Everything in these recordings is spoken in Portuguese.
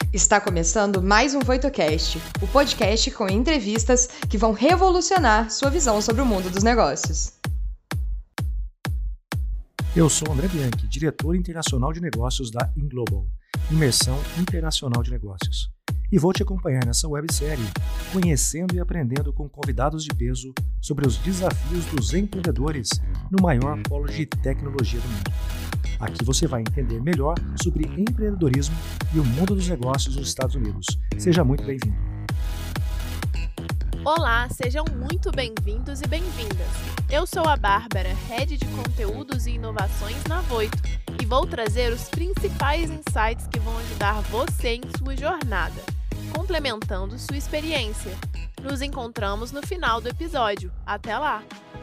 Está começando mais um VoitoCast, o podcast com entrevistas que vão revolucionar sua visão sobre o mundo dos negócios. Eu sou André Bianchi, diretor internacional de negócios da InGlobal, Imersão Internacional de Negócios. E vou te acompanhar nessa websérie, conhecendo e aprendendo com convidados de peso sobre os desafios dos empreendedores no maior polo de tecnologia do mundo. Aqui você vai entender melhor sobre empreendedorismo e o mundo dos negócios nos Estados Unidos. Seja muito bem-vindo. Olá, sejam muito bem-vindos e bem-vindas. Eu sou a Bárbara, Head de Conteúdos e Inovações na Voito, e vou trazer os principais insights que vão ajudar você em sua jornada, complementando sua experiência. Nos encontramos no final do episódio. Até lá!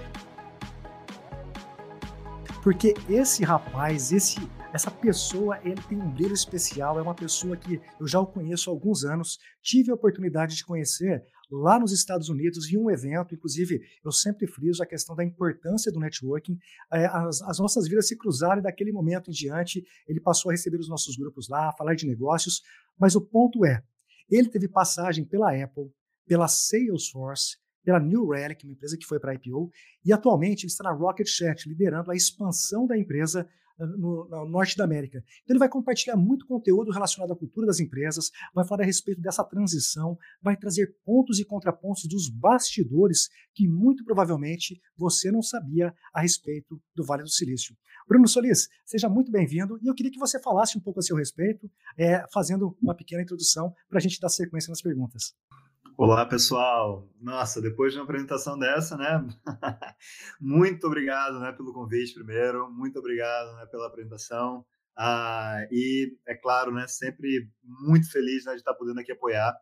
Porque esse rapaz, essa pessoa, ele tem um brilho especial, é uma pessoa que eu já o conheço há alguns anos, tive a oportunidade de conhecer lá nos Estados Unidos em um evento, inclusive eu sempre friso a questão da importância do networking, as nossas vidas se cruzaram e daquele momento em diante ele passou a receber os nossos grupos lá, falar de negócios, mas o ponto é, ele teve passagem pela Apple, pela Salesforce, pela New Relic, uma empresa que foi para a IPO, e atualmente ele está na Rocket Chat, liderando a expansão da empresa no norte da América. Então ele vai compartilhar muito conteúdo relacionado à cultura das empresas, vai falar a respeito dessa transição, vai trazer pontos e contrapontos dos bastidores que muito provavelmente você não sabia a respeito do Vale do Silício. Bruno Solis, seja muito bem-vindo e eu queria que você falasse um pouco a seu respeito, fazendo uma pequena introdução para a gente dar sequência nas perguntas. Olá, pessoal. Nossa, depois de uma apresentação dessa, né? Muito obrigado, né, pelo convite primeiro. Muito obrigado, né, pela apresentação. E, é claro, né, sempre muito feliz, né, de estar podendo aqui apoiar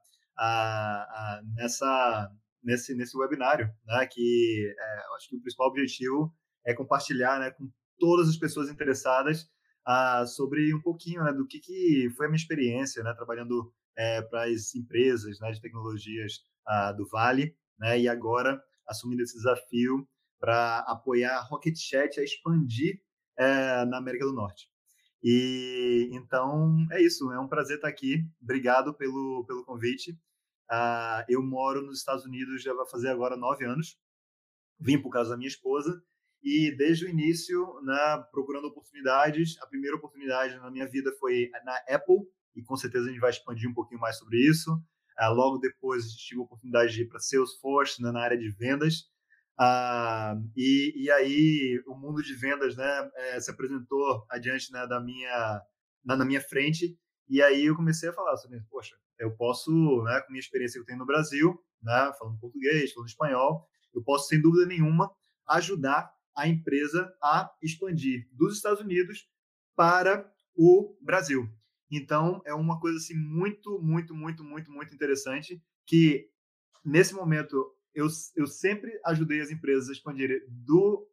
nesse webinário, né, que eu acho que o principal objetivo é compartilhar, né, com todas as pessoas interessadas sobre um pouquinho, né, do que foi a minha experiência, né, trabalhando para as empresas, né, de tecnologias do Vale, né, e agora assumindo esse desafio para apoiar a Rocket Chat a expandir na América do Norte. E então é isso, é um prazer estar aqui. Obrigado pelo convite. Eu moro nos Estados Unidos já vai fazer agora 9 anos. Vim por causa da minha esposa e desde o início, né, procurando oportunidades. A primeira oportunidade na minha vida foi na Apple, e com certeza a gente vai expandir um pouquinho mais sobre isso. Logo depois, a gente tive a oportunidade de ir para Salesforce, né, na área de vendas. E aí, o mundo de vendas, né, se apresentou adiante, né, na minha frente. E aí, eu comecei a falar sobre, poxa, eu posso, né, com a minha experiência que eu tenho no Brasil, né, falando português, falando espanhol, eu posso, sem dúvida nenhuma, ajudar a empresa a expandir dos Estados Unidos para o Brasil. Então, é uma coisa assim, muito, muito, muito, muito, muito interessante, que nesse momento eu sempre ajudei as empresas a expandirem dos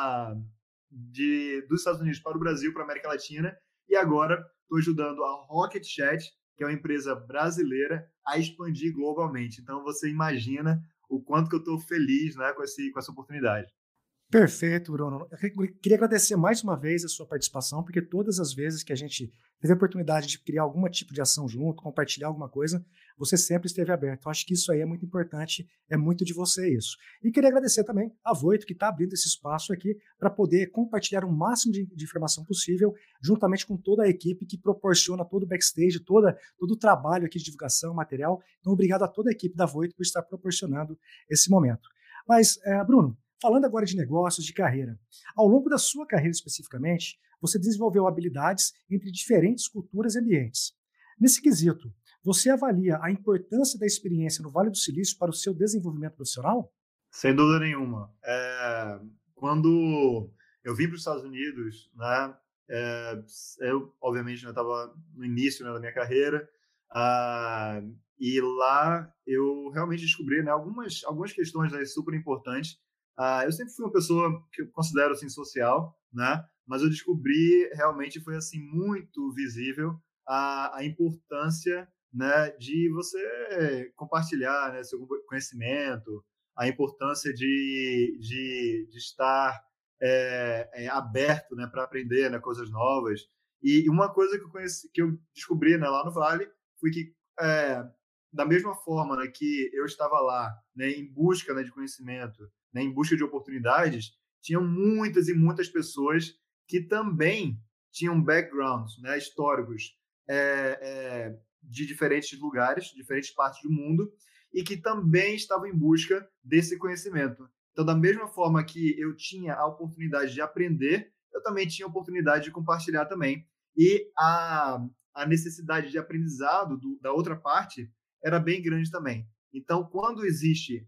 Estados Unidos para o Brasil, para a América Latina, e agora estou ajudando a Rocket Chat, que é uma empresa brasileira, a expandir globalmente. Então, você imagina o quanto que eu estou feliz, né, com essa oportunidade. Perfeito, Bruno. Eu queria agradecer mais uma vez a sua participação, porque todas as vezes que a gente teve a oportunidade de criar algum tipo de ação junto, compartilhar alguma coisa, você sempre esteve aberto. Eu acho que isso aí é muito importante, é muito de você isso. E queria agradecer também a Voito, que está abrindo esse espaço aqui para poder compartilhar o máximo de informação possível, juntamente com toda a equipe que proporciona todo o backstage, todo o trabalho aqui de divulgação, material. Então, obrigado a toda a equipe da Voito por estar proporcionando esse momento. Mas, Bruno, falando agora de negócios, de carreira, ao longo da sua carreira especificamente, você desenvolveu habilidades entre diferentes culturas e ambientes. Nesse quesito, você avalia a importância da experiência no Vale do Silício para o seu desenvolvimento profissional? Sem dúvida nenhuma. Quando eu vim para os Estados Unidos, né, eu, obviamente, estava no início, né, da minha carreira, e lá eu realmente descobri, né, algumas questões, né, super importantes. Eu sempre fui uma pessoa que eu considero assim, social, né? Mas eu descobri, realmente foi assim, muito visível a importância, né, de você compartilhar, né, seu conhecimento, a importância de estar aberto, né, para aprender, né, coisas novas. E uma coisa que eu descobri, né, lá no Vale foi que, da mesma forma, né, que eu estava lá, né, em busca, né, de conhecimento, né, em busca de oportunidades, tinham muitas e muitas pessoas que também tinham backgrounds, né, históricos, de diferentes lugares, diferentes partes do mundo, e que também estavam em busca desse conhecimento. Então, da mesma forma que eu tinha a oportunidade de aprender, eu também tinha a oportunidade de compartilhar também. E a necessidade de aprendizado da outra parte era bem grande também. Então, quando existe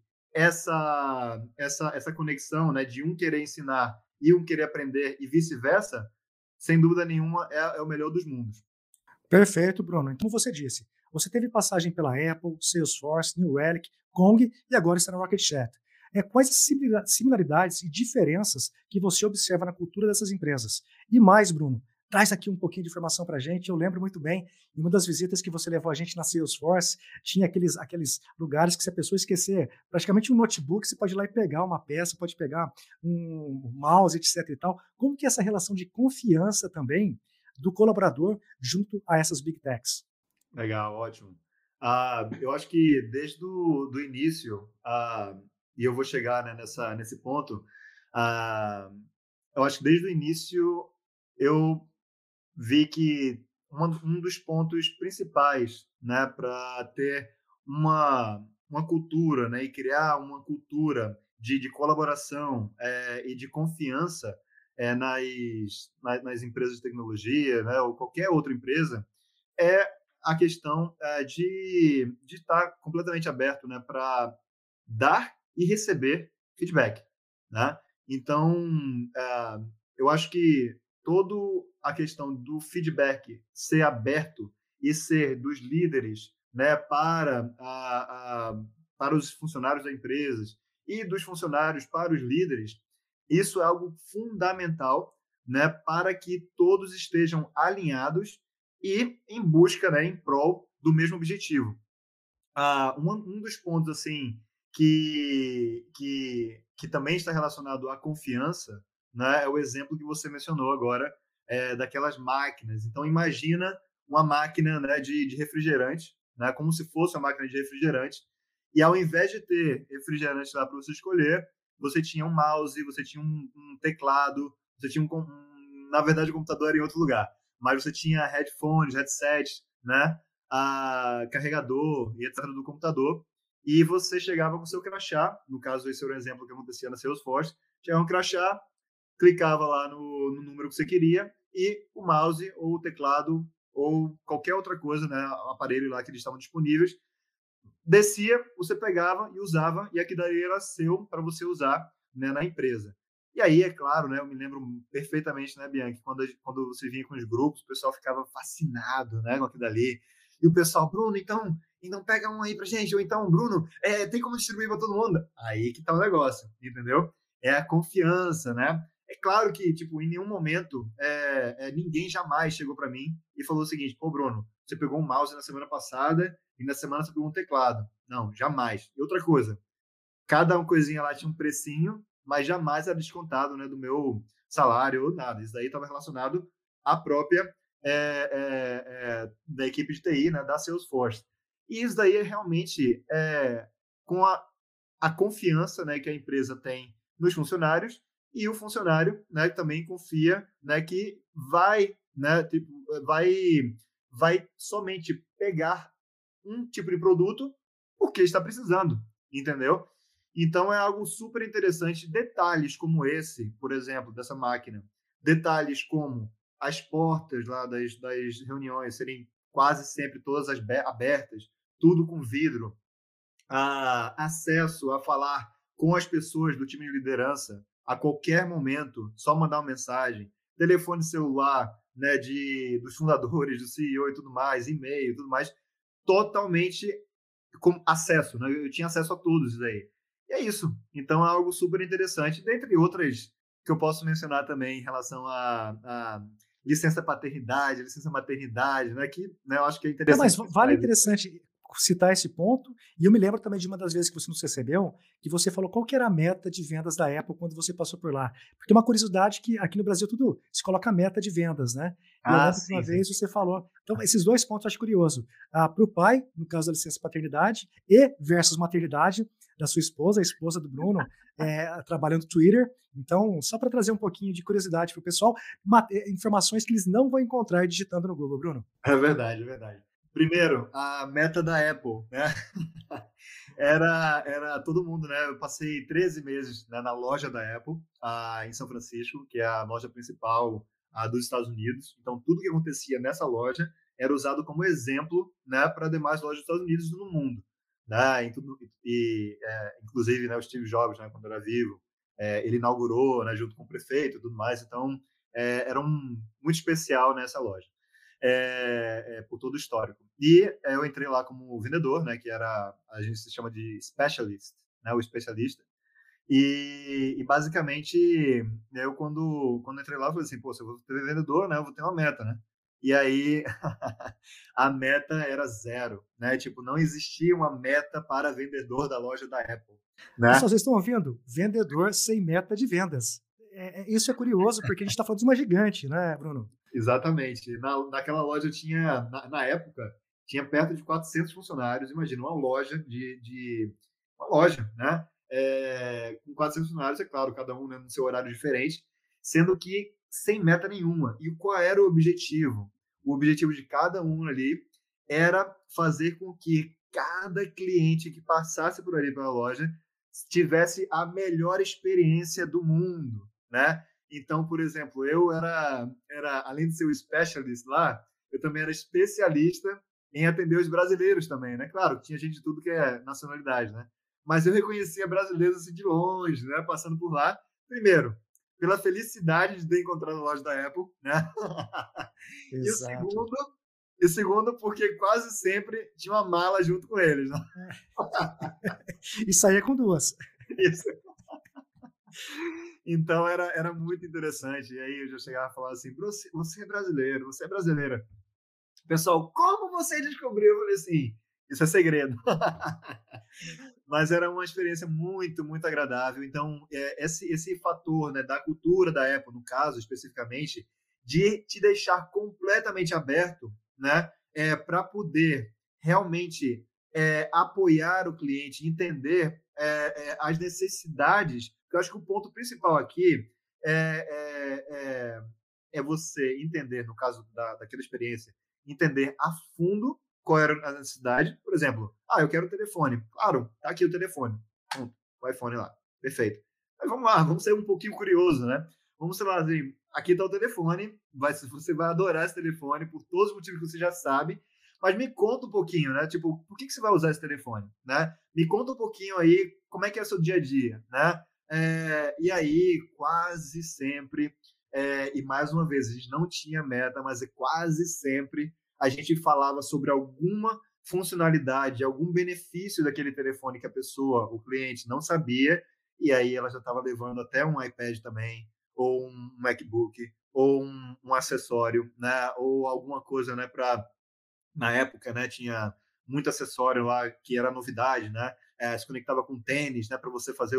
essa conexão, né, de um querer ensinar e um querer aprender e vice-versa, sem dúvida nenhuma, é o melhor dos mundos. Perfeito, Bruno. Então, como você disse, você teve passagem pela Apple, Salesforce, New Relic, Kong e agora está na Rocket Chat. Quais as similaridades e diferenças que você observa na cultura dessas empresas? E mais, Bruno, traz aqui um pouquinho de informação para a gente. Eu lembro muito bem, em uma das visitas que você levou a gente na Salesforce, tinha aqueles lugares que, se a pessoa esquecer praticamente um notebook, você pode ir lá e pegar uma peça, pode pegar um mouse, etc. e tal. Como que é essa relação de confiança também do colaborador junto a essas Big Techs? Legal, ótimo. Eu acho que desde do início, e eu vou chegar, né, nesse ponto, eu acho que desde o início eu vi que um dos pontos principais, né, para ter uma cultura, né, e criar uma cultura de colaboração e de confiança nas empresas de tecnologia, né, ou qualquer outra empresa, é a questão de estar completamente aberto, né, para dar e receber feedback, né? Então, eu acho que toda a questão do feedback ser aberto e ser dos líderes, né, para os funcionários da empresa e dos funcionários para os líderes, isso é algo fundamental, né, para que todos estejam alinhados e em busca, né, em prol do mesmo objetivo. Um dos pontos assim que também está relacionado à confiança, né, é o exemplo que você mencionou agora, daquelas máquinas. Então, imagina uma máquina, né, de refrigerante, né, como se fosse uma máquina de refrigerante, e ao invés de ter refrigerante lá para você escolher, você tinha um mouse, você tinha um teclado, você tinha na verdade o computador era em outro lugar, mas você tinha headphones, headsets, né, carregador e etc. do computador, e você chegava com o seu crachá, no caso esse era um exemplo que acontecia na Salesforce, chegava um crachá, clicava lá no número que você queria e o mouse ou o teclado ou qualquer outra coisa, né, aparelho lá que eles estavam disponíveis, descia, você pegava e usava, e aqui daí era seu para você usar, né, na empresa. E aí, é claro, né, eu me lembro perfeitamente, né, Bianchi, quando você vinha com os grupos, o pessoal ficava fascinado, né, com aquilo dali. E o pessoal, Bruno, então pega um aí pra gente, ou então, Bruno, tem como distribuir para todo mundo? Aí que tá o negócio, entendeu? É a confiança, né? É claro que, tipo, em nenhum momento ninguém jamais chegou para mim e falou o seguinte: pô, Bruno, você pegou um mouse na semana passada e na semana você pegou um teclado. Não, jamais. E outra coisa, cada uma coisinha lá tinha um precinho, mas jamais era descontado, né, do meu salário ou nada. Isso daí estava relacionado à própria da equipe de TI, né, da Salesforce. E isso daí é realmente com a confiança, né, que a empresa tem nos funcionários, e o funcionário, né, também confia, né, que vai, né, vai somente pegar um tipo de produto porque está precisando, entendeu? Então é algo super interessante. Detalhes como esse, por exemplo, dessa máquina, detalhes como as portas lá das reuniões serem quase sempre todas abertas, tudo com vidro, acesso a falar com as pessoas do time de liderança a qualquer momento, só mandar uma mensagem, telefone celular, né, dos fundadores, do CEO e tudo mais, e-mail e tudo mais, totalmente com acesso, né? Eu tinha acesso a todos isso aí. E é isso. Então é algo super interessante, dentre outras que eu posso mencionar também em relação a licença paternidade, licença maternidade, né? Que, né, eu acho que é interessante. Mas vale interessante citar esse ponto. E eu me lembro também de uma das vezes que você nos recebeu, que você falou qual que era a meta de vendas da Apple quando você passou por lá. Porque uma curiosidade que aqui no Brasil tudo se coloca a meta de vendas, né? E eu lembro que uma vez você falou. Então, esses dois pontos eu acho curioso. Para o pai, no caso da licença paternidade, e versus maternidade da sua esposa, a esposa do Bruno, trabalhando no Twitter. Então, só para trazer um pouquinho de curiosidade para o pessoal, informações que eles não vão encontrar digitando no Google, Bruno. É verdade, é verdade. Primeiro, a meta da Apple, né? Era todo mundo, né? Eu passei 13 meses, né, na loja da Apple, em São Francisco, que é a loja principal dos Estados Unidos. Então, tudo que acontecia nessa loja era usado como exemplo, né, para demais lojas dos Estados Unidos e no mundo, né? Inclusive, né, o Steve Jobs, né, quando era vivo, ele inaugurou, né, junto com o prefeito e tudo mais. Então, era muito especial nessa loja. Por todo o histórico. E eu entrei lá como vendedor, né, que a gente se chama de specialist, né, o especialista. E basicamente, eu quando entrei lá, eu falei assim, pô, se eu vou ter vendedor, né, eu vou ter uma meta, né? E aí, a meta era 0, né? Tipo, não existia uma meta para vendedor da loja da Apple, né? Pessoal, vocês estão ouvindo? Vendedor sem meta de vendas. Isso é curioso, porque a gente está falando de uma gigante, né, Bruno? Exatamente. Naquela loja tinha, na época, tinha perto de 400 funcionários. Imagina, uma loja uma loja, né? Com 400 funcionários, é claro, cada um, né, no seu horário diferente, sendo que sem meta nenhuma. E qual era o objetivo? O objetivo de cada um ali era fazer com que cada cliente que passasse por ali pela loja tivesse a melhor experiência do mundo, né? Então, por exemplo, eu era além de ser o specialist lá, eu também era especialista em atender os brasileiros também, né? Claro, tinha gente de tudo que é nacionalidade, né? Mas eu reconhecia brasileiros assim de longe, né? Passando por lá. Primeiro, pela felicidade de ter encontrado a loja da Apple, né? Exato. E o segundo, porque quase sempre tinha uma mala junto com eles, né? E saía com 2. Isso. Então era muito interessante. E aí eu já chegava a falar assim, você é brasileiro, você é brasileira. Pessoal, como você descobriu? Eu falei assim, isso é segredo. Mas era uma experiência muito, muito agradável. Então, esse fator, né, da cultura da Apple, no caso, especificamente, de te deixar completamente aberto, né, para poder realmente apoiar o cliente, entender as necessidades. Eu acho que o ponto principal aqui é você entender, no caso daquela experiência, entender a fundo qual era a necessidade. Por exemplo, eu quero o telefone. Claro, tá aqui o telefone. O iPhone lá. Perfeito. Mas vamos lá, vamos ser um pouquinho curioso, né? Vamos, sei lá, assim, aqui tá o telefone, você vai adorar esse telefone por todos os motivos que você já sabe, mas me conta um pouquinho, né? Tipo, por que você vai usar esse telefone, né? Me conta um pouquinho aí como é que é o seu dia a dia, né? E aí, quase sempre, e mais uma vez, a gente não tinha meta, mas quase sempre a gente falava sobre alguma funcionalidade, algum benefício daquele telefone que a pessoa, o cliente, não sabia, e aí ela já estava levando até um iPad também, ou um MacBook, ou um acessório, né? Ou alguma coisa, né? Na época, né? Tinha muito acessório lá que era novidade, né? Se conectava com tênis, né? Para você fazer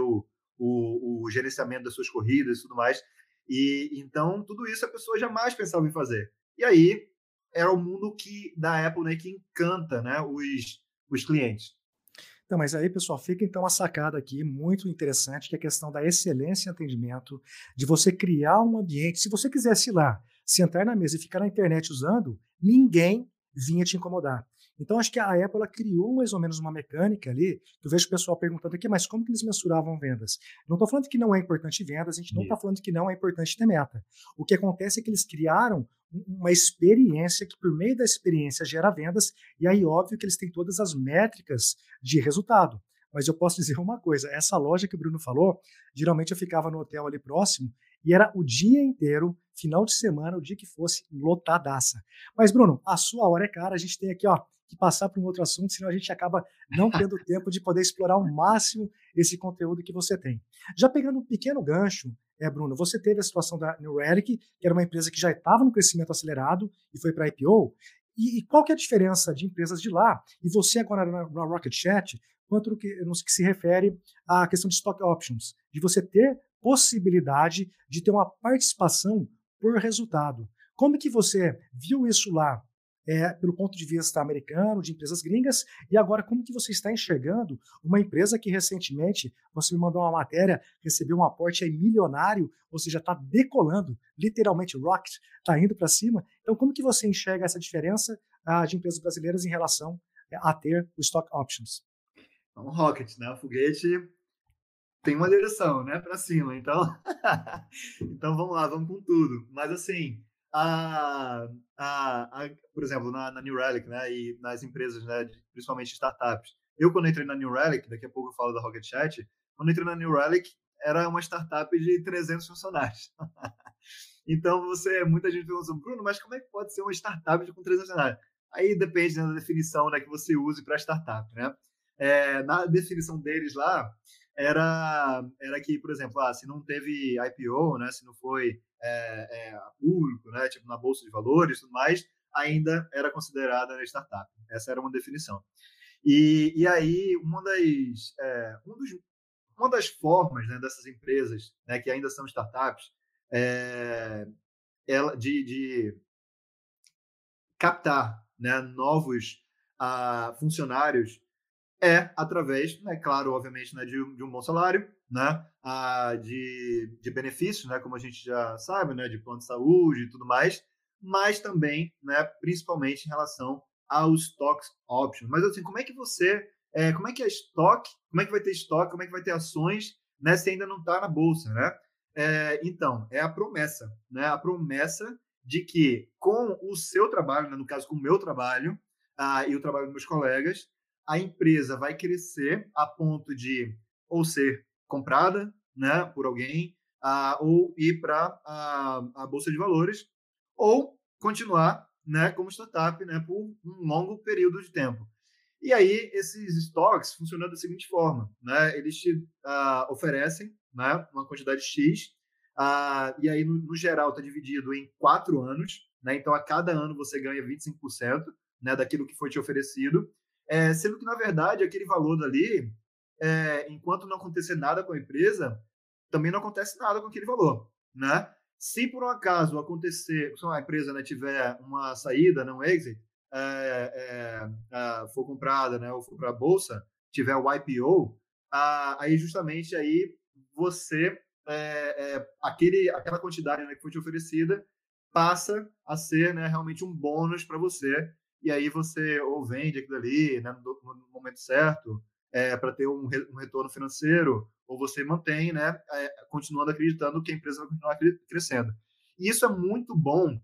o gerenciamento das suas corridas e tudo mais. E então tudo isso a pessoa jamais pensava em fazer. E aí era o mundo da Apple, né, que encanta, né, os clientes. Então, mas aí, pessoal, fica então uma sacada aqui muito interessante, que é a questão da excelência em atendimento, de você criar um ambiente. Se você quisesse ir lá, sentar na mesa e ficar na internet usando, ninguém vinha te incomodar. Então, acho que a Apple ela criou mais ou menos uma mecânica ali, que eu vejo o pessoal perguntando aqui, mas como que eles mensuravam vendas? Não estou falando que não é importante vendas, a gente não está falando que não é importante ter meta. O que acontece é que eles criaram uma experiência que, por meio da experiência, gera vendas, e aí, óbvio, que eles têm todas as métricas de resultado. Mas eu posso dizer uma coisa, essa loja que o Bruno falou, geralmente eu ficava no hotel ali próximo, e era o dia inteiro, final de semana, o dia que fosse, lotadaça. Mas, Bruno, a sua hora é cara, a gente tem aqui, que passar para um outro assunto, senão a gente acaba não tendo tempo de poder explorar ao máximo esse conteúdo que você tem. Já pegando um pequeno gancho, Bruno, você teve a situação da New Relic, que era uma empresa que já estava no crescimento acelerado e foi para a IPO. E qual que é a diferença de empresas de lá e você agora na Rocket Chat, quanto no que se refere à questão de stock options, de você ter possibilidade de ter uma participação por resultado. Como que você viu isso lá, pelo ponto de vista americano, de empresas gringas, e agora como que você está enxergando uma empresa que recentemente, você me mandou uma matéria, recebeu um aporte aí milionário, ou seja, está decolando, literalmente rocket, está indo para cima. Então, como que você enxerga essa diferença de empresas brasileiras em relação a ter o stock options? Um rocket, né? O foguete tem uma direção, né? Para cima. Então, então vamos lá, vamos com tudo. Mas assim, por exemplo, na New Relic, né? E nas empresas, né? Principalmente startups. Eu, quando entrei na New Relic, daqui a pouco eu falo da Rocket Chat, quando entrei na New Relic, era uma startup de 300 funcionários. Então, muita gente pergunta, Bruno, mas como é que pode ser uma startup com 300 funcionários? Aí depende, né, da definição, né, que você use para startup, né? Na definição deles lá, era que, por exemplo, se não teve IPO, né, se não foi a público, né, tipo na Bolsa de Valores e tudo mais, ainda era considerada startup. Essa era uma definição. E aí, uma das formas, né, dessas empresas, né, que ainda são startups, de captar, né, novos funcionários através, né, claro, obviamente, né, de um bom salário, né, de benefícios, né, como a gente já sabe, né, de plano de saúde e tudo mais, mas também, né, principalmente em relação aos stocks options. Mas assim, como é que vai ter estoque, como é que vai ter ações, né, se ainda não está na bolsa, né? Então, é a promessa, né, a promessa de que com o seu trabalho, né, no caso com o meu trabalho e o trabalho dos meus colegas, a empresa vai crescer a ponto de ou ser comprada, né, por alguém, ou ir para a Bolsa de Valores, ou continuar, né, como startup, né, por um longo período de tempo. E aí, esses stocks funcionam da seguinte forma, né, eles te oferecem, né, uma quantidade X, e aí, no geral, está dividido em 4 anos, né, então a cada ano você ganha 25%, né, daquilo que foi te oferecido, sendo que, na verdade, aquele valor dali, enquanto não acontecer nada com a empresa, também não acontece nada com aquele valor, né? Se por um acaso acontecer, se a empresa, né, tiver uma saída, não exit, for comprada, né, ou for para a bolsa, tiver o IPO, aí justamente aí você, aquela quantidade, né, que foi te oferecida passa a ser, né, realmente um bônus para você, e aí você ou vende aquilo ali, né, no momento certo, para ter um retorno financeiro, ou você mantém, né, continuando acreditando que a empresa vai continuar crescendo. E isso é muito bom,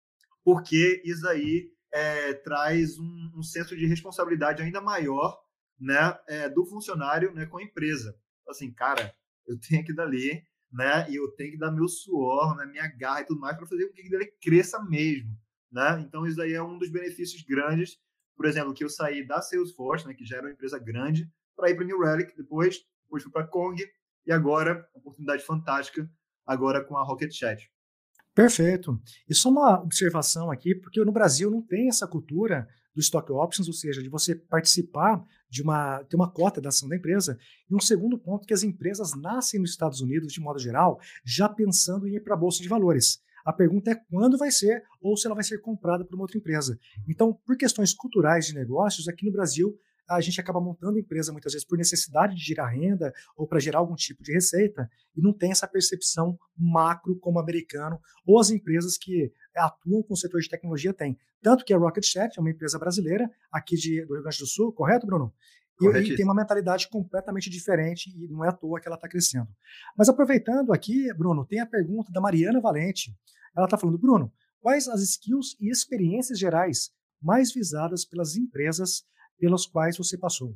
porque isso aí traz um senso de responsabilidade ainda maior, né, do funcionário, né, com a empresa. Assim, cara, eu tenho que ir dali, né, e eu tenho que dar meu suor, né, minha garra e tudo mais para fazer com que ele cresça mesmo, né? Então, isso aí é um dos benefícios grandes, por exemplo, que eu saí da Salesforce, né, que já era uma empresa grande, para ir para New Relic, depois fui para Kong, e agora, oportunidade fantástica, agora com a Rocket Chat. Perfeito. E só uma observação aqui, porque no Brasil não tem essa cultura do stock options, ou seja, de você participar ter uma cota da ação da empresa. E um segundo ponto, que as empresas nascem nos Estados Unidos, de modo geral, já pensando em ir para a Bolsa de Valores. A pergunta é quando vai ser, ou se ela vai ser comprada por uma outra empresa. Então, por questões culturais de negócios, aqui no Brasil, a gente acaba montando empresa muitas vezes por necessidade de gerar renda ou para gerar algum tipo de receita e não tem essa percepção macro como americano ou as empresas que atuam com o setor de tecnologia têm. Tanto que a Rocket Chat é uma empresa brasileira aqui do Rio Grande do Sul, correto, Bruno? E tem uma mentalidade completamente diferente e não é à toa que ela está crescendo. Mas aproveitando aqui, Bruno, tem a pergunta da Mariana Valente. Ela está falando, Bruno, quais as skills e experiências gerais mais visadas pelas empresas pelas quais você passou?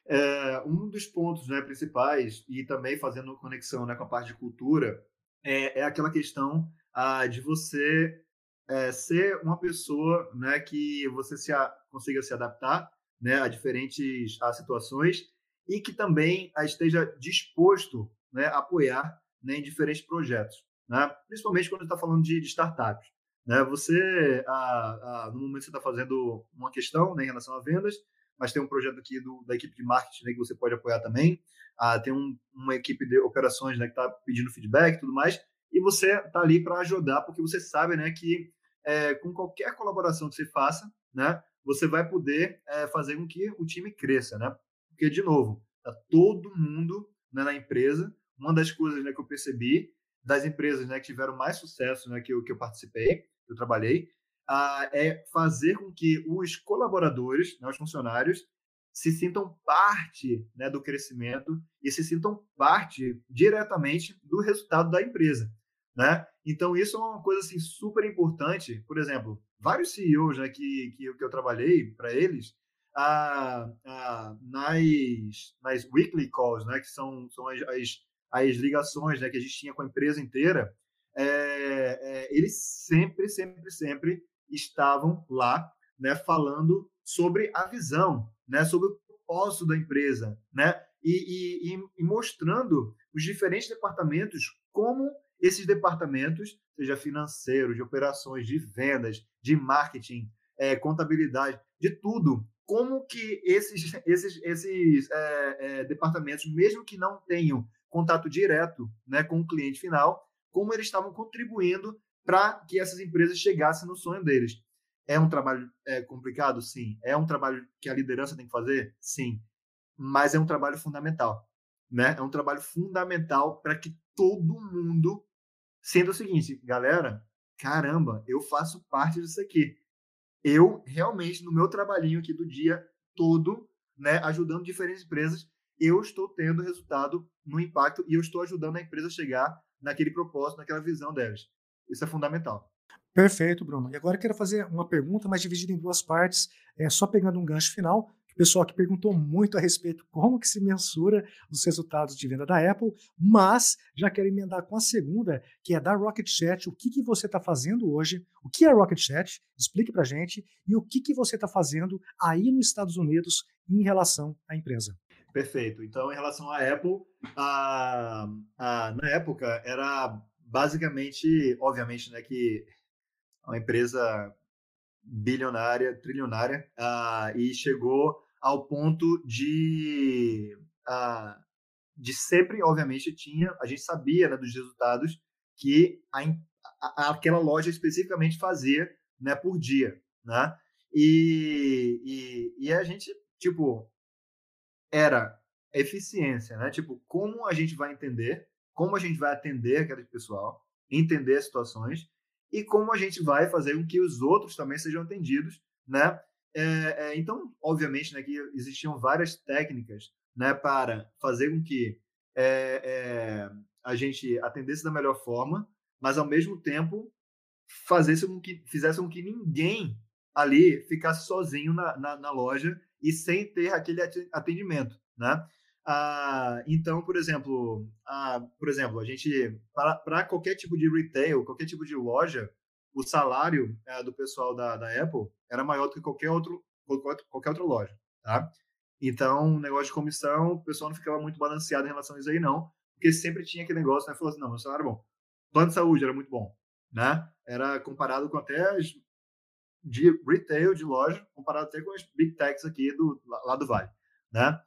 Um dos pontos, né, principais, e também fazendo conexão, né, com a parte de cultura, é aquela questão de você ser uma pessoa, né, que você consiga se adaptar, né, a diferentes situações e que também esteja disposto, né, a apoiar, né, em diferentes projetos, né? Principalmente quando está falando de startups, né? Você, no momento você está fazendo uma questão, né, em relação a vendas, mas tem um projeto aqui da equipe de marketing, né, que você pode apoiar também. Tem uma equipe de operações, né, que está pedindo feedback e tudo mais, e você está ali para ajudar, porque você sabe, né, que com qualquer colaboração que você faça, né, você vai poder fazer com que o time cresça, né? Porque, de novo, tá todo mundo, né, na empresa. Uma das coisas, né, que eu percebi das empresas, né, que tiveram mais sucesso, né, que eu participei, que eu trabalhei, é fazer com que os colaboradores, né, os funcionários, se sintam parte, né, do crescimento e se sintam parte diretamente do resultado da empresa, né? Então, isso é uma coisa assim, super importante. Por exemplo, vários CEOs, né, que eu trabalhei para eles, nas weekly calls, né, que são as ligações, né, que a gente tinha com a empresa inteira, eles sempre estavam lá, né, falando sobre a visão, né, sobre o propósito da empresa, né, e mostrando os diferentes departamentos, como esses departamentos, seja financeiro, de operações, de vendas, de marketing, contabilidade, de tudo, como que esses departamentos, mesmo que não tenham contato direto, né, com o cliente final, como eles estavam contribuindo para que essas empresas chegassem no sonho deles. É um trabalho complicado? Sim. É um trabalho que a liderança tem que fazer? Sim. Mas é um trabalho fundamental, né? É um trabalho fundamental para que todo mundo sinta o seguinte, galera, caramba, eu faço parte disso aqui. Eu realmente, no meu trabalhinho aqui do dia todo, né, ajudando diferentes empresas, eu estou tendo resultado no impacto e eu estou ajudando a empresa a chegar naquele propósito, naquela visão delas. Isso é fundamental. Perfeito, Bruno. E agora eu quero fazer uma pergunta, mas dividida em duas partes, só pegando um gancho final. O pessoal que perguntou muito a respeito como que se mensura os resultados de venda da Apple, mas já quero emendar com a segunda, que é da Rocket Chat. O que você está fazendo hoje? O que é Rocket Chat? Explique para a gente. E o que você está fazendo aí nos Estados Unidos em relação à empresa? Perfeito. Então, em relação à Apple, na época era basicamente, obviamente, né, que uma empresa bilionária, trilionária, e chegou ao ponto de sempre, obviamente, a gente sabia, né, dos resultados que aquela loja especificamente fazia, né, por dia, né? E a gente, tipo, era eficiência, né? Tipo, como a gente vai entender, como a gente vai atender aquele pessoal, entender as situações e como a gente vai fazer com que os outros também sejam atendidos, né? Então, obviamente, né, que existiam várias técnicas, né, para fazer com que a gente atendesse da melhor forma, mas ao mesmo tempo fizesse com que ninguém ali ficasse sozinho na loja e sem ter aquele atendimento, né? Então, por exemplo, a gente, para qualquer tipo de retail, qualquer tipo de loja, o salário do pessoal da Apple era maior do que qualquer outra loja, tá? Então, o negócio de comissão, o pessoal não ficava muito balanceado em relação a isso aí, não, porque sempre tinha aquele negócio, né? Falou assim, não, meu salário é bom. Plano de saúde era muito bom, né? Era comparado com até as de retail, de loja, comparado até com as big techs aqui lá do Vale, né?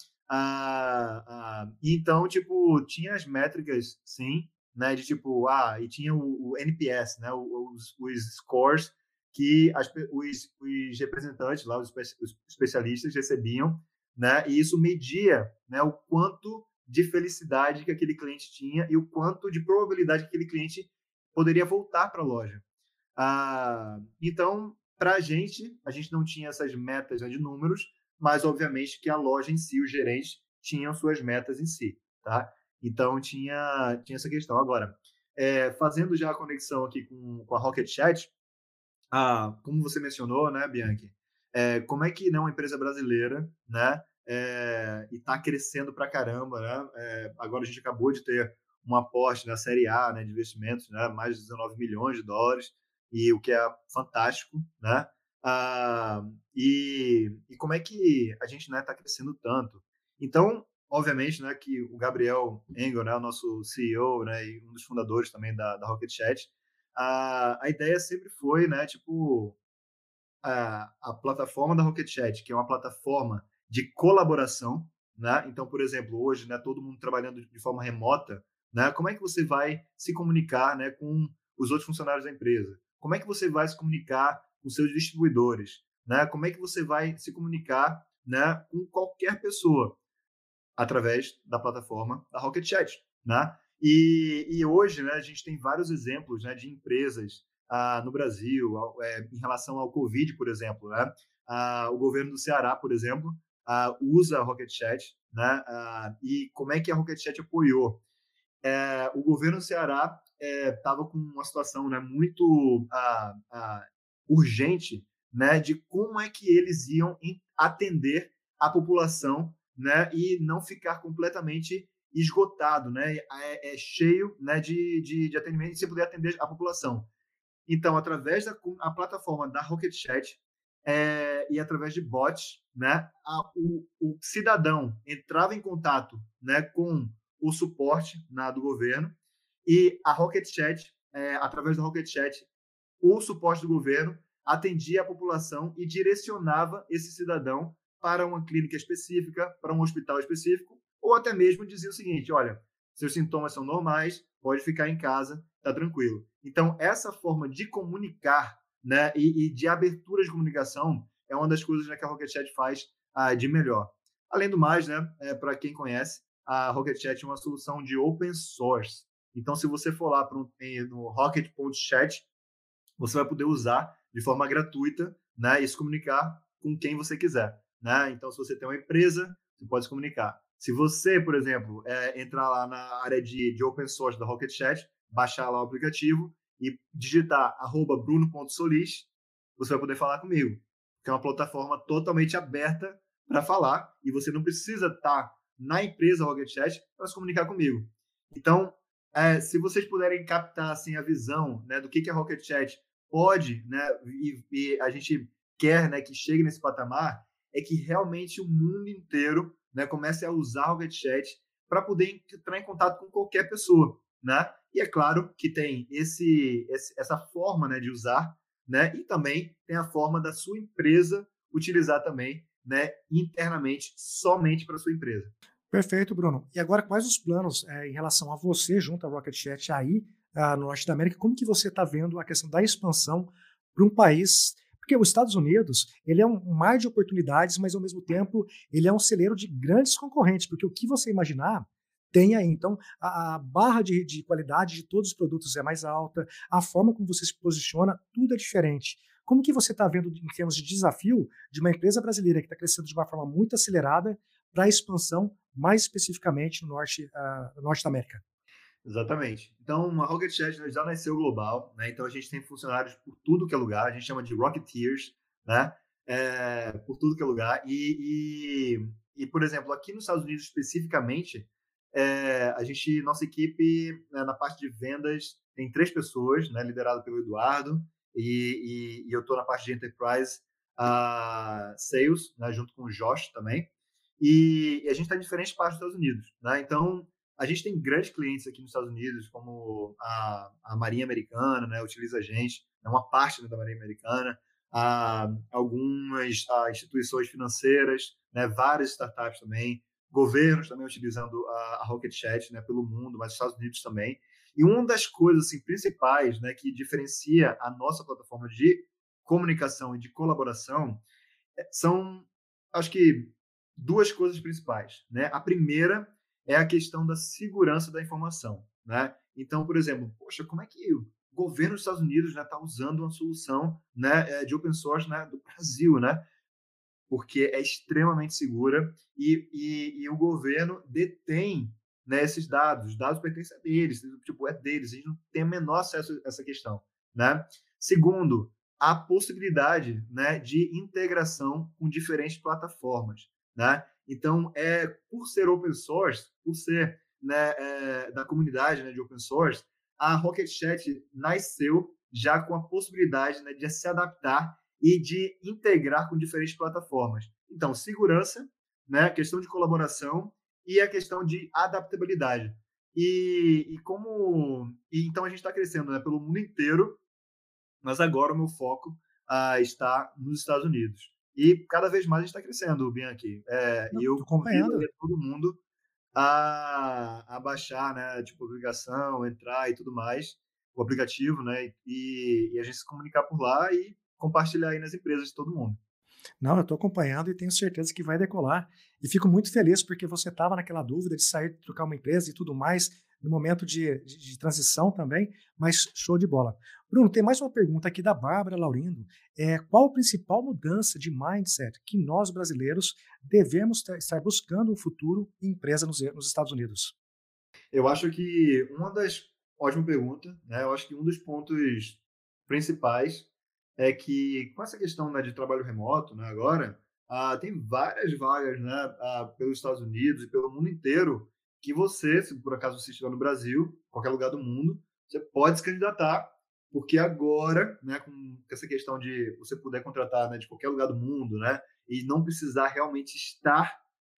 Então, tipo, tinha as métricas, sim, né? De tipo, e tinha o NPS, né? Os scores que os representantes lá, os especialistas recebiam, né? E isso media, né? O quanto de felicidade que aquele cliente tinha e o quanto de probabilidade que aquele cliente poderia voltar para a loja. Então, para a gente não tinha essas metas, né, de números, mas obviamente que a loja em si, os gerentes, tinham suas metas em si, tá? Então, tinha essa questão. Agora, fazendo já a conexão aqui com a Rocket Chat, como você mencionou, né, Bianchi, como é que não uma empresa brasileira, né, e está crescendo para caramba, né? Agora a gente acabou de ter um aporte na Série A, né, de investimentos, né, mais de 19 milhões de dólares, e o que é fantástico, né? E como é que a gente, né, está crescendo tanto? Então, obviamente, né, que o Gabriel Engel, né, o nosso CEO, né, e um dos fundadores também da Rocket Chat, a ideia sempre foi, né, tipo, a plataforma da Rocket Chat, que é uma plataforma de colaboração, né? Então, por exemplo, hoje, né, todo mundo trabalhando de forma remota, né? Como é que você vai se comunicar, né, com os outros funcionários da empresa? Como é que você vai se comunicar com seus distribuidores, né? Como é que você vai se comunicar, né, com qualquer pessoa através da plataforma da Rocket Chat, né? E hoje, né, a gente tem vários exemplos, né, de empresas no Brasil, em relação ao Covid, por exemplo, né? O governo do Ceará, por exemplo, usa a Rocket Chat, né? E como é que a Rocket Chat apoiou? O governo do Ceará estava com uma situação, né, muito urgente, né, de como é que eles iam atender a população, né, e não ficar completamente esgotado, né, cheio, né, de atendimento e sem poder atender a população. Então, através da a plataforma da Rocket Chat e através de bots, né, o cidadão entrava em contato, né, com o suporte do governo e a Rocket Chat, através da Rocket Chat, o suporte do governo atendia a população e direcionava esse cidadão para uma clínica específica, para um hospital específico, ou até mesmo dizia o seguinte: olha, seus sintomas são normais, pode ficar em casa, tá tranquilo. Então, essa forma de comunicar, né, e de abertura de comunicação é uma das coisas, né, que a Rocket Chat faz de melhor. Além do mais, né, para quem conhece, a Rocket Chat é uma solução de open source. Então, se você for lá no rocket.chat, você vai poder usar de forma gratuita, né, e se comunicar com quem você quiser, né? Então, se você tem uma empresa, você pode se comunicar. Se você, por exemplo, entrar lá na área de open source da Rocket Chat, baixar lá o aplicativo e digitar @bruno.solis, você vai poder falar comigo, que é uma plataforma totalmente aberta para falar e você não precisa estar na empresa Rocket Chat para se comunicar comigo. Então, se vocês puderem captar assim a visão, né, do que a Rocket Chat pode, né, e a gente quer, né, que chegue nesse patamar, é que realmente o mundo inteiro, né, comece a usar a Rocket Chat para poder entrar em contato com qualquer pessoa, né? E é claro que tem essa forma, né, de usar, né? E também tem a forma da sua empresa utilizar também, né, internamente, somente para sua empresa. Perfeito, Bruno. E agora, quais os planos em relação a você junto à Rocket Chat aí no Norte da América? Como que você está vendo a questão da expansão para um país? Porque os Estados Unidos, ele é um mar de oportunidades, mas ao mesmo tempo ele é um celeiro de grandes concorrentes, porque o que você imaginar tem aí. Então, a barra de qualidade de todos os produtos é mais alta, a forma como você se posiciona, tudo é diferente. Como que você está vendo em termos de desafio de uma empresa brasileira que está crescendo de uma forma muito acelerada para a expansão, mais especificamente no norte da América? Exatamente. Então, a Rocket Chat já nasceu global, né? Então, a gente tem funcionários por tudo que é lugar, a gente chama de Rocketeers, né? Por tudo que é lugar. E, por exemplo, aqui nos Estados Unidos especificamente, nossa equipe, né, na parte de vendas, tem 3 pessoas, né, liderada pelo Eduardo, e eu estou na parte de Enterprise Sales, né, junto com o Josh também. E a gente está em diferentes partes dos Estados Unidos, né? Então, a gente tem grandes clientes aqui nos Estados Unidos, como a Marinha Americana, né, utiliza a gente, é uma parte, né, da Marinha Americana, algumas instituições financeiras, né, várias startups também, governos também utilizando a Rocket Chat, né, pelo mundo, mas nos Estados Unidos também. E uma das coisas assim, principais, né, que diferencia a nossa plataforma de comunicação e de colaboração são, acho que, 2 coisas principais, né? A primeira é a questão da segurança da informação, né? Então, por exemplo, poxa, como é que o governo dos Estados Unidos, né, está usando uma solução, né, de open source, né, do Brasil, né? Porque é extremamente segura e o governo detém, né, esses dados. Os dados pertencem a deles, tipo, é deles. A gente não tem o menor acesso a essa questão, né? Segundo, a possibilidade, né, de integração com diferentes plataformas, né? Então, por ser open source, por ser, né, da comunidade, né, de open source, a Rocket Chat nasceu já com a possibilidade, né, de se adaptar e de integrar com diferentes plataformas. Então, segurança, né, questão de colaboração e a questão de adaptabilidade. Então a gente está crescendo, né, pelo mundo inteiro, mas agora o meu foco está nos Estados Unidos. E cada vez mais a gente está crescendo, Bianchi. Não, E tô eu convido aí acompanhando. a todo mundo a baixar, né, tipo, a aplicação, entrar e tudo mais, o aplicativo, né, e a gente se comunicar por lá e compartilhar aí nas empresas de todo mundo. Não, eu estou acompanhando e tenho certeza que vai decolar. E fico muito feliz porque você estava naquela dúvida de sair, trocar uma empresa e tudo mais, no momento de transição também, mas show de bola. Bruno, tem mais uma pergunta aqui da Bárbara Laurindo. Qual a principal mudança de mindset que nós brasileiros devemos estar buscando um futuro em empresa nos Estados Unidos? Eu acho que uma das ótima pergunta, né? Eu acho que um dos pontos principais é que com essa questão, né, de trabalho remoto, né, agora, tem várias vagas, né, pelos Estados Unidos e pelo mundo inteiro que você, se por acaso você estiver no Brasil, qualquer lugar do mundo, você pode se candidatar, porque agora, né, com essa questão de você poder contratar, né, de qualquer lugar do mundo, né, e não precisar realmente estar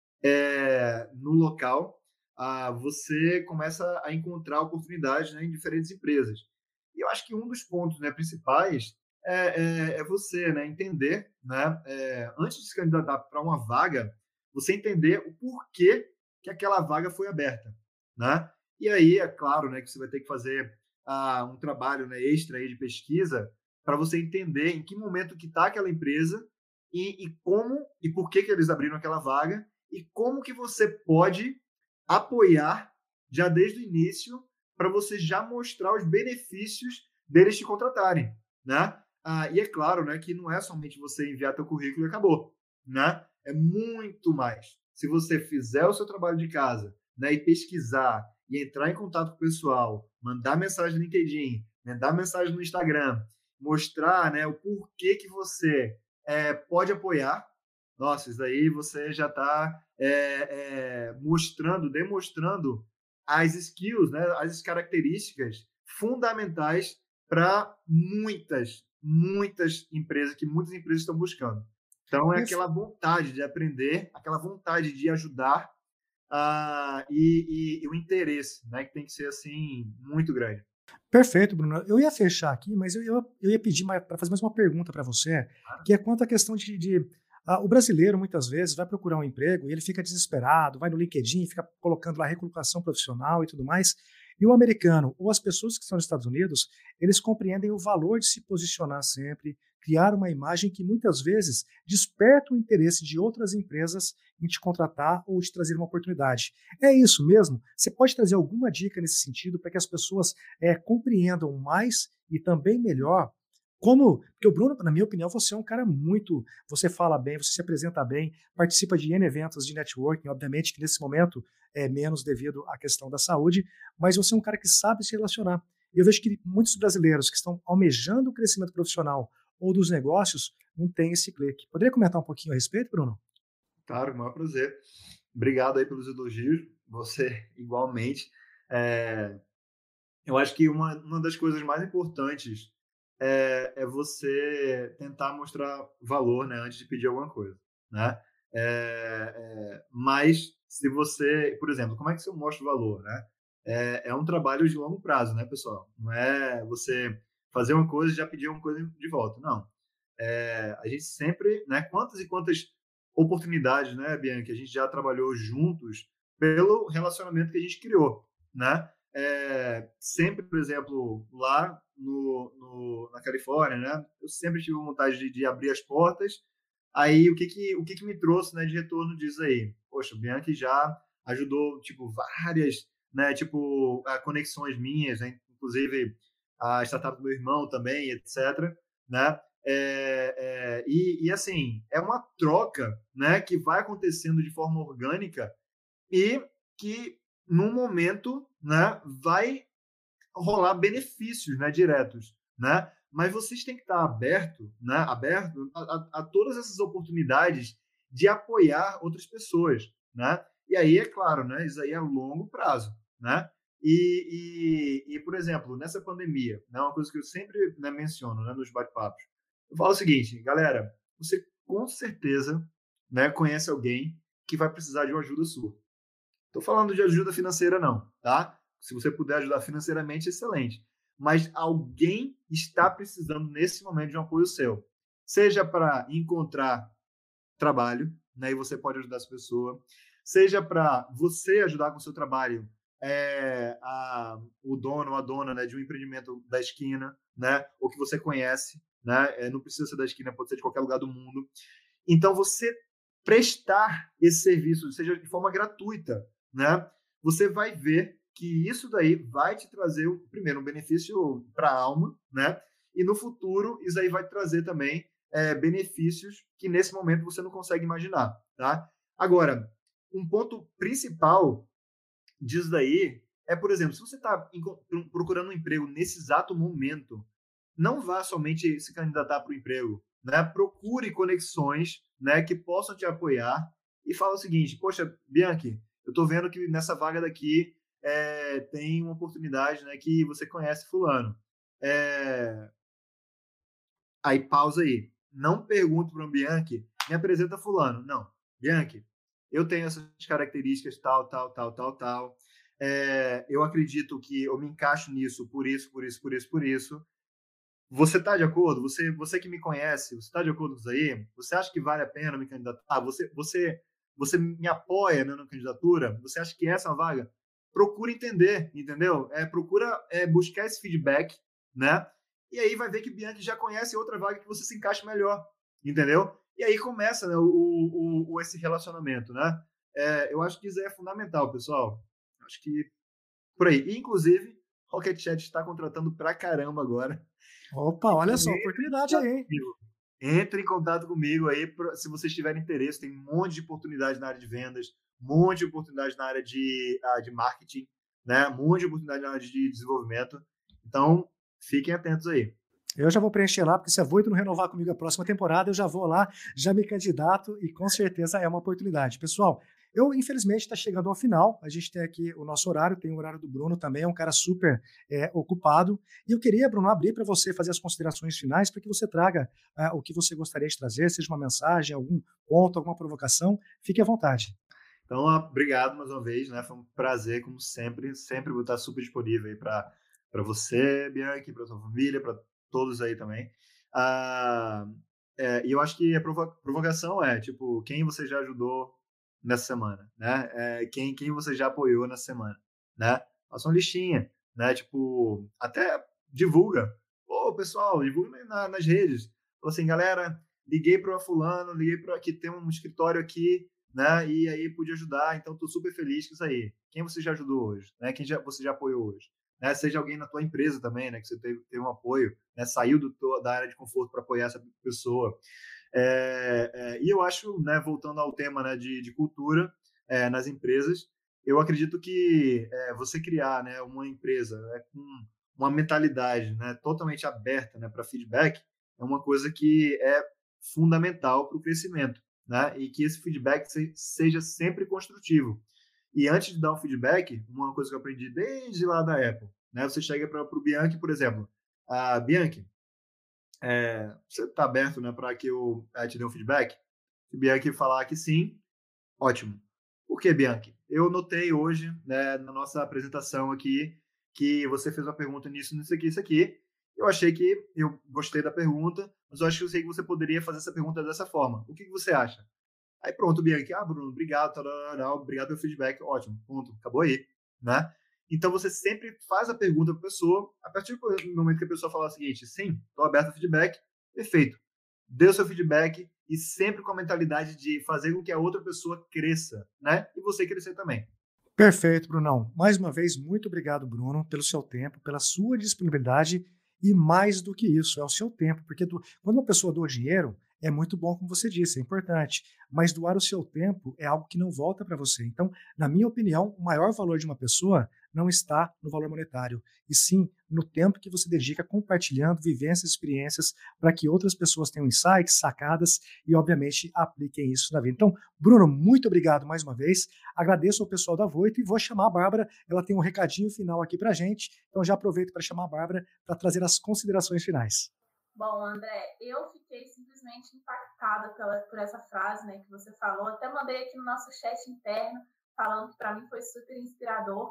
no local, você começa a encontrar oportunidades, né, em diferentes empresas. E eu acho que um dos pontos, né, principais é você, né, entender, né, antes de se candidatar para uma vaga, você entender o porquê que aquela vaga foi aberta, né? E aí, é claro, né, que você vai ter que fazer um trabalho, né, extra aí de pesquisa para você entender em que momento que está aquela empresa e como e por que eles abriram aquela vaga e como que você pode apoiar já desde o início para você já mostrar os benefícios deles te contratarem, né? E é claro, né, que não é somente você enviar teu currículo e acabou, né? É muito mais. Se você fizer o seu trabalho de casa, né, e pesquisar e entrar em contato com o pessoal, mandar mensagem no LinkedIn, mandar mensagem no Instagram, mostrar, né, o porquê que você pode apoiar. Nossa, isso aí você já está mostrando, demonstrando as skills, né, as características fundamentais para muitas empresas, que muitas empresas estão buscando. Então, é aquela vontade de aprender, aquela vontade de ajudar e o interesse, né, que tem que ser assim muito grande. Perfeito, Bruno. Eu ia fechar aqui, mas eu ia pedir para fazer mais uma pergunta para você, que é quanto à questão o brasileiro, muitas vezes, vai procurar um emprego e ele fica desesperado, vai no LinkedIn, fica colocando lá recolocação profissional e tudo mais. E o americano, ou as pessoas que estão nos Estados Unidos, eles compreendem o valor de se posicionar sempre, criar uma imagem que muitas vezes desperta o interesse de outras empresas em te contratar ou te trazer uma oportunidade. É isso mesmo? Você pode trazer alguma dica nesse sentido para que as pessoas compreendam mais e também melhor porque o Bruno, na minha opinião, você é um cara muito. Você fala bem, você se apresenta bem, participa de N eventos de networking, obviamente que nesse momento é menos devido à questão da saúde, mas você é um cara que sabe se relacionar. E eu vejo que muitos brasileiros que estão almejando o crescimento profissional ou dos negócios não têm esse clique. Poderia comentar um pouquinho a respeito, Bruno? Claro, o maior prazer. Obrigado aí pelos elogios, você igualmente. Eu acho que uma das coisas mais importantes é você tentar mostrar valor, né, antes de pedir alguma coisa, né? Mas se você, por exemplo, como é que você mostra o valor, né? É um trabalho de longo prazo, né, pessoal? Não é você fazer uma coisa e já pedir uma coisa de volta, não. A gente sempre, né? Quantas e quantas oportunidades, né, Bianca, que a gente já trabalhou juntos pelo relacionamento que a gente criou, né? Sempre, por exemplo, lá na Califórnia, né? Eu sempre tive vontade de abrir as portas. Aí, o que me trouxe, né, de retorno disso aí? Poxa, o Bianchi já ajudou, tipo, várias, né, tipo, conexões minhas, né? Inclusive a startup do meu irmão também, etc., né? Assim, é uma troca, né, que vai acontecendo de forma orgânica e que, num momento, né, vai rolar benefícios, né, diretos, né? Mas vocês têm que estar aberto a todas essas oportunidades de apoiar outras pessoas, né? E aí, é claro, né, isso aí é a longo prazo, né? Por exemplo, nessa pandemia, né, uma coisa que eu sempre, né, menciono, né, nos bate-papos, eu falo o seguinte, galera, você com certeza, né, conhece alguém que vai precisar de uma ajuda sua. Estou falando de ajuda financeira, não, tá? Se você puder ajudar financeiramente, excelente. Mas alguém está precisando, nesse momento, de um apoio seu. Seja para encontrar trabalho, né, e você pode ajudar essa pessoa. Seja para você ajudar com o seu trabalho o dono ou a dona, né, de um empreendimento da esquina, né, ou que você conhece, né, não precisa ser da esquina, pode ser de qualquer lugar do mundo. Então, você prestar esse serviço, seja de forma gratuita, né, você vai ver que isso daí vai te trazer, primeiro, um benefício para a alma, né, e no futuro isso aí vai trazer também benefícios que nesse momento você não consegue imaginar, tá? Agora, um ponto principal disso daí é, por exemplo, se você está procurando um emprego nesse exato momento, não vá somente se candidatar para o emprego, né? Procure conexões, né, que possam te apoiar e fala o seguinte: poxa, Bianchi, eu estou vendo que nessa vaga daqui tem uma oportunidade, né, que você conhece fulano. Aí pausa aí. Não pergunto para o Bianchi, me apresenta fulano. Não, Bianchi, eu tenho essas características, tal, tal, tal, tal, tal. Eu acredito que eu me encaixo nisso por isso, por isso, por isso, por isso. Você está de acordo? Você que me conhece, você está de acordo com isso aí? Você acha que vale a pena me candidatar? Você me apoia, né, na candidatura? Você acha que essa é uma vaga? Procura entender, entendeu? Procura buscar esse feedback, né? E aí vai ver que Bianchi já conhece outra vaga que você se encaixa melhor, entendeu? E aí começa, né, esse relacionamento, né? Eu acho que isso é fundamental, pessoal. Acho que por aí. E, inclusive, Rocket Chat está contratando pra caramba agora. Opa, olha só, oportunidade aí, hein? Entre em contato comigo aí, se vocês tiverem interesse. Tem um monte de oportunidade na área de vendas, um monte de oportunidade na área de marketing, né? Um monte de oportunidade na área de desenvolvimento. Então, fiquem atentos aí. Eu já vou preencher lá, porque se a Voito não renovar comigo a próxima temporada, eu já vou lá, já me candidato e com certeza é uma oportunidade. Pessoal, eu, infelizmente, está chegando ao final. A gente tem aqui o nosso horário, tem o horário do Bruno também, é um cara super ocupado. E eu queria, Bruno, abrir para você fazer as considerações finais, para que você traga o que você gostaria de trazer, seja uma mensagem, algum ponto, alguma provocação. Fique à vontade. Então, obrigado mais uma vez, né? Foi um prazer, como sempre. Sempre vou estar super disponível aí para você, Bianchi, para sua família, para todos aí também. E eu acho que a provocação é, tipo, quem você já ajudou nessa semana, né? Quem você já apoiou nessa semana, né? Faça uma listinha, né? Tipo, até divulga. Pô, pessoal, divulga nas redes. Fala assim, galera, liguei para fulano, liguei para que tem um escritório aqui, né? E aí pude ajudar, então tô super feliz com isso aí. Quem você já ajudou hoje, né? Você já apoiou hoje? Né, seja alguém na tua empresa também, né, que você teve um apoio, né, saiu da área de conforto para apoiar essa pessoa. E eu acho, né, voltando ao tema, né, de cultura nas empresas, eu acredito que você criar, né, uma empresa, né, com uma mentalidade, né, totalmente aberta, né, para feedback é uma coisa que é fundamental para o crescimento, né, e que esse feedback seja sempre construtivo. E antes de dar um feedback, uma coisa que eu aprendi desde lá da Apple, né? Você chega para o Bianchi, por exemplo. Bianchi, você está aberto, né, para que eu te dê um feedback? Se o Bianchi falar que sim, ótimo. Por que, Bianchi? Eu notei hoje, né, na nossa apresentação aqui, que você fez uma pergunta nisso, nisso aqui, isso aqui. Eu achei que eu gostei da pergunta, mas eu acho que eu sei que você poderia fazer essa pergunta dessa forma. O que você acha? Aí pronto, Bianchi, Bruno, obrigado, obrigado pelo feedback, ótimo, ponto, acabou aí, né? Então você sempre faz a pergunta para a pessoa, a partir do momento que a pessoa falar o seguinte, sim, estou aberto ao feedback, perfeito. Dê o seu feedback e sempre com a mentalidade de fazer com que a outra pessoa cresça, né? E você crescer também. Perfeito, Brunão. Mais uma vez, muito obrigado, Bruno, pelo seu tempo, pela sua disponibilidade e mais do que isso, é o seu tempo, porque quando uma pessoa doa dinheiro, é muito bom, como você disse, é importante, mas doar o seu tempo é algo que não volta para você. Então, na minha opinião, o maior valor de uma pessoa não está no valor monetário, e sim no tempo que você dedica compartilhando vivências e experiências para que outras pessoas tenham insights, sacadas e, obviamente, apliquem isso na vida. Então, Bruno, muito obrigado mais uma vez. Agradeço ao pessoal da Voito e vou chamar a Bárbara. Ela tem um recadinho final aqui para a gente, então já aproveito para chamar a Bárbara para trazer as considerações finais. Bom, André, eu fiquei simplesmente impactada por essa frase, né, que você falou. Até mandei aqui no nosso chat interno, falando que para mim foi super inspirador.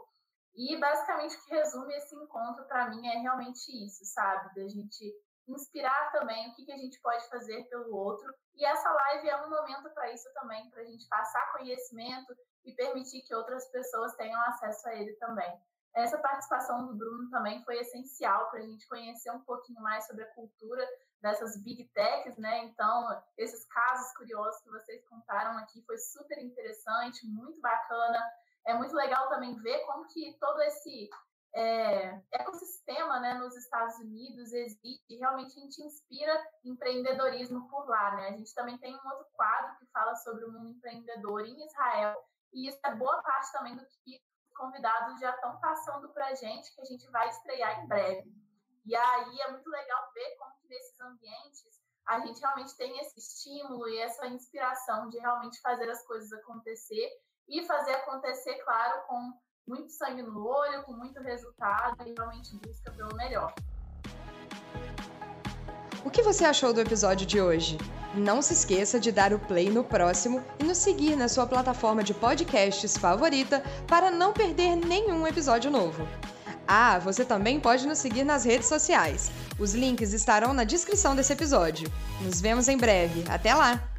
E basicamente o que resume esse encontro para mim é realmente isso, sabe? Da gente inspirar também o que a gente pode fazer pelo outro. E essa live é um momento para isso também, para a gente passar conhecimento e permitir que outras pessoas tenham acesso a ele também. Essa participação do Bruno também foi essencial para a gente conhecer um pouquinho mais sobre a cultura dessas big techs, né? Então, esses casos curiosos que vocês contaram aqui foi super interessante, muito bacana. É muito legal também ver como que todo esse ecossistema, né, nos Estados Unidos existe, e realmente a gente inspira empreendedorismo por lá, né? A gente também tem um outro quadro que fala sobre o mundo empreendedor em Israel, e isso é boa parte também do que os convidados já estão passando para a gente, que a gente vai estrear em breve. E aí é muito legal ver como que nesses ambientes a gente realmente tem esse estímulo e essa inspiração de realmente fazer as coisas acontecer, e fazer acontecer, claro, com muito sangue no olho, com muito resultado, e realmente busca pelo melhor. O que você achou do episódio de hoje? Não se esqueça de dar o play no próximo e nos seguir na sua plataforma de podcasts favorita para não perder nenhum episódio novo. Ah, você também pode nos seguir nas redes sociais. Os links estarão na descrição desse episódio. Nos vemos em breve. Até lá!